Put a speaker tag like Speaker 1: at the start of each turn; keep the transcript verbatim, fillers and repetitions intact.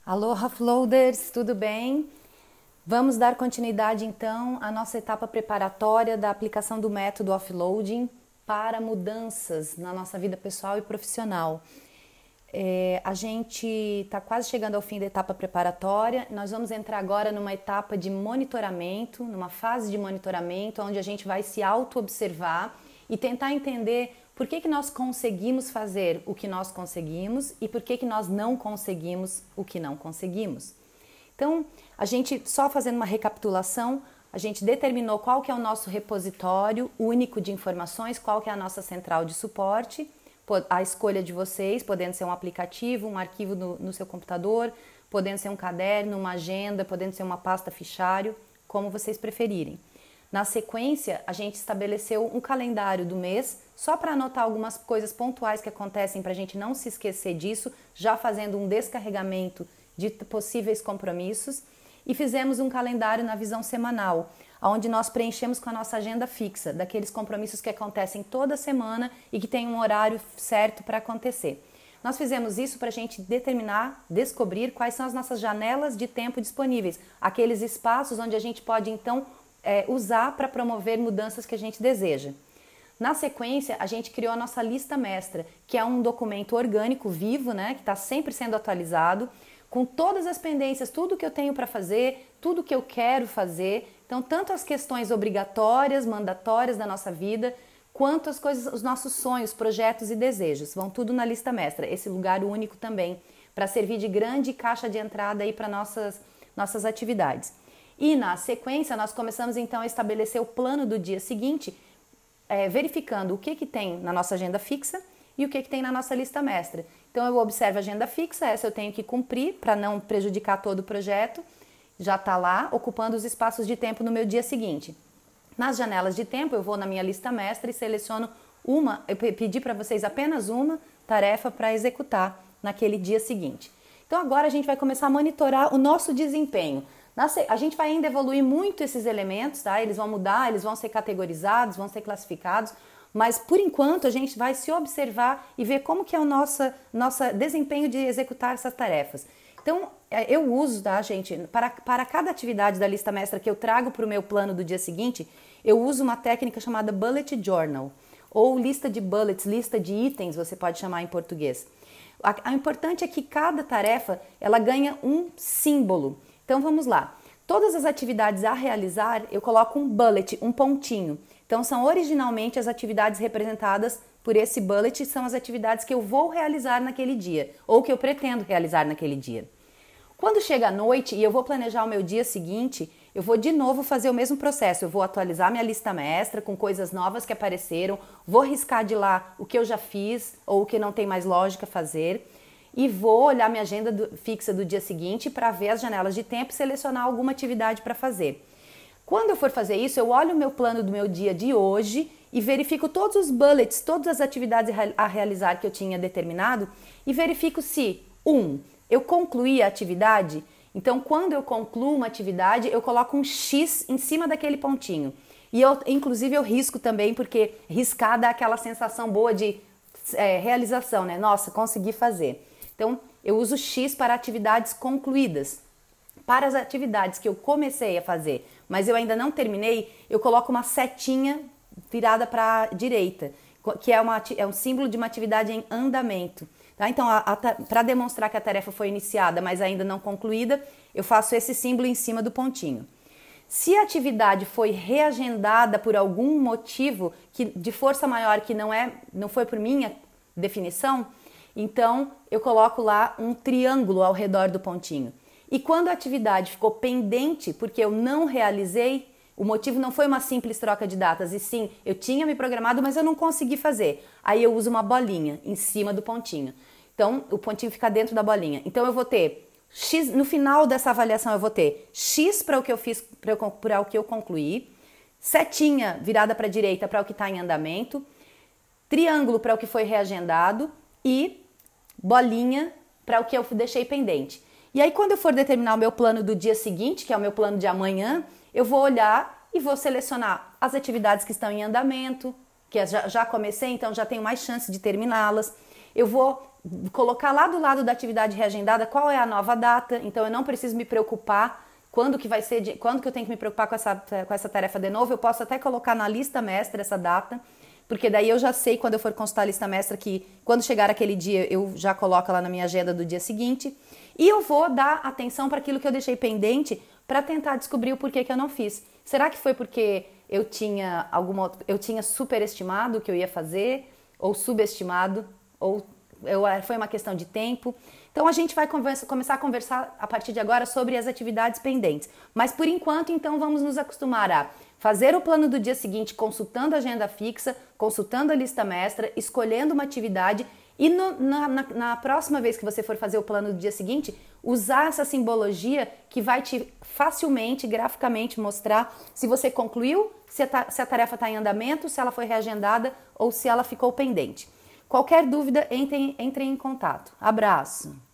Speaker 1: Aloha Floaters, tudo bem? Vamos dar continuidade então à nossa etapa preparatória da aplicação do método offloading para mudanças na nossa vida pessoal e profissional. É, a gente está quase chegando ao fim da etapa preparatória, nós vamos entrar agora numa etapa de monitoramento, numa fase de monitoramento, onde a gente vai se auto-observar e tentar entender por que que nós conseguimos fazer o que nós conseguimos e por que que nós não conseguimos o que não conseguimos. Então, a gente, só fazendo uma recapitulação, a gente determinou qual que é o nosso repositório único de informações, qual que é a nossa central de suporte, a escolha de vocês, podendo ser um aplicativo, um arquivo no, no seu computador, podendo ser um caderno, uma agenda, podendo ser uma pasta fichário, como vocês preferirem. Na sequência, a gente estabeleceu um calendário do mês, só para anotar algumas coisas pontuais que acontecem para a gente não se esquecer disso, já fazendo um descarregamento de possíveis compromissos, e fizemos um calendário na visão semanal, onde nós preenchemos com a nossa agenda fixa, daqueles compromissos que acontecem toda semana e que tem um horário certo para acontecer. Nós fizemos isso para a gente determinar, descobrir quais são as nossas janelas de tempo disponíveis, aqueles espaços onde a gente pode então é, usar para promover mudanças que a gente deseja. Na sequência, a gente criou a nossa lista mestra, que é um documento orgânico vivo, né, que está sempre sendo atualizado, com todas as pendências, tudo que eu tenho para fazer, tudo que eu quero fazer. Então, tanto as questões obrigatórias, mandatórias da nossa vida, quanto as coisas, os nossos sonhos, projetos e desejos. Vão tudo na lista mestra, esse lugar único também, para servir de grande caixa de entrada aí para nossas, nossas atividades. E na sequência, nós começamos então a estabelecer o plano do dia seguinte, é, verificando o que, que tem na nossa agenda fixa e o que, que tem na nossa lista mestra. Então, eu observo a agenda fixa, essa eu tenho que cumprir para não prejudicar todo o projeto. Já está lá, ocupando os espaços de tempo no meu dia seguinte. Nas janelas de tempo, eu vou na minha lista mestra e seleciono uma, eu pedi para vocês apenas uma tarefa para executar naquele dia seguinte. Então, agora a gente vai começar a monitorar o nosso desempenho. A gente vai ainda evoluir muito esses elementos, tá? Eles vão mudar, eles vão ser categorizados, vão ser classificados, mas por enquanto a gente vai se observar e ver como que é o nosso, nosso desempenho de executar essas tarefas. Então, eu uso, tá, gente, para, para cada atividade da lista mestra que eu trago para o meu plano do dia seguinte, eu uso uma técnica chamada Bullet Journal, ou lista de bullets, lista de itens, você pode chamar em português. O importante é que cada tarefa, ela ganha um símbolo. Então, vamos lá. Todas as atividades a realizar, eu coloco um bullet, um pontinho. Então, são originalmente as atividades representadas por esse bullet, são as atividades que eu vou realizar naquele dia, ou que eu pretendo realizar naquele dia. Quando chega a noite e eu vou planejar o meu dia seguinte, eu vou de novo fazer o mesmo processo. Eu vou atualizar minha lista mestra com coisas novas que apareceram, vou riscar de lá o que eu já fiz ou o que não tem mais lógica fazer e vou olhar minha agenda do, fixa do dia seguinte para ver as janelas de tempo e selecionar alguma atividade para fazer. Quando eu for fazer isso, eu olho o meu plano do meu dia de hoje e verifico todos os bullets, todas as atividades a realizar que eu tinha determinado e verifico se, um, eu concluí a atividade. Então, quando eu concluo uma atividade, eu coloco um X em cima daquele pontinho. E eu, inclusive, eu risco também, porque riscar dá aquela sensação boa de é, realização, né? Nossa, consegui fazer. Então, eu uso X para atividades concluídas. Para as atividades que eu comecei a fazer, mas eu ainda não terminei, eu coloco uma setinha virada para a direita, que é, uma, é um símbolo de uma atividade em andamento. Tá? Então, para demonstrar que a tarefa foi iniciada, mas ainda não concluída, eu faço esse símbolo em cima do pontinho. Se a atividade foi reagendada por algum motivo que, de força maior que não, é, não foi por minha definição, então eu coloco lá um triângulo ao redor do pontinho. E quando a atividade ficou pendente porque eu não realizei, o motivo não foi uma simples troca de datas, e sim, eu tinha me programado, mas eu não consegui fazer. Aí eu uso uma bolinha em cima do pontinho. Então, o pontinho fica dentro da bolinha. Então, eu vou ter X, no final dessa avaliação, eu vou ter X para o que eu fiz, para o que eu concluí, setinha virada para a direita para o que está em andamento, triângulo para o que foi reagendado e bolinha para o que eu deixei pendente. E aí, quando eu for determinar o meu plano do dia seguinte, que é o meu plano de amanhã, eu vou olhar e vou selecionar as atividades que estão em andamento, que já, já comecei, então já tenho mais chance de terminá-las. Eu vou colocar lá do lado da atividade reagendada qual é a nova data, então eu não preciso me preocupar quando que vai ser, de, quando que eu tenho que me preocupar com essa, com essa tarefa de novo. Eu posso até colocar na lista mestra essa data, porque daí eu já sei quando eu for consultar a lista mestra que quando chegar aquele dia eu já coloco lá na minha agenda do dia seguinte, e eu vou dar atenção para aquilo que eu deixei pendente para tentar descobrir o porquê que eu não fiz. Será que foi porque eu tinha alguma eu tinha superestimado o que eu ia fazer, ou subestimado, ou eu, foi uma questão de tempo? Então a gente vai conversa, começar a conversar a partir de agora sobre as atividades pendentes. Mas por enquanto, então, vamos nos acostumar a fazer o plano do dia seguinte consultando a agenda fixa, consultando a lista mestra, escolhendo uma atividade e no, na, na, na próxima vez que você for fazer o plano do dia seguinte, usar essa simbologia que vai te facilmente, graficamente mostrar se você concluiu, se a, se a tarefa está em andamento, se ela foi reagendada ou se ela ficou pendente. Qualquer dúvida, entre, entre em contato. Abraço!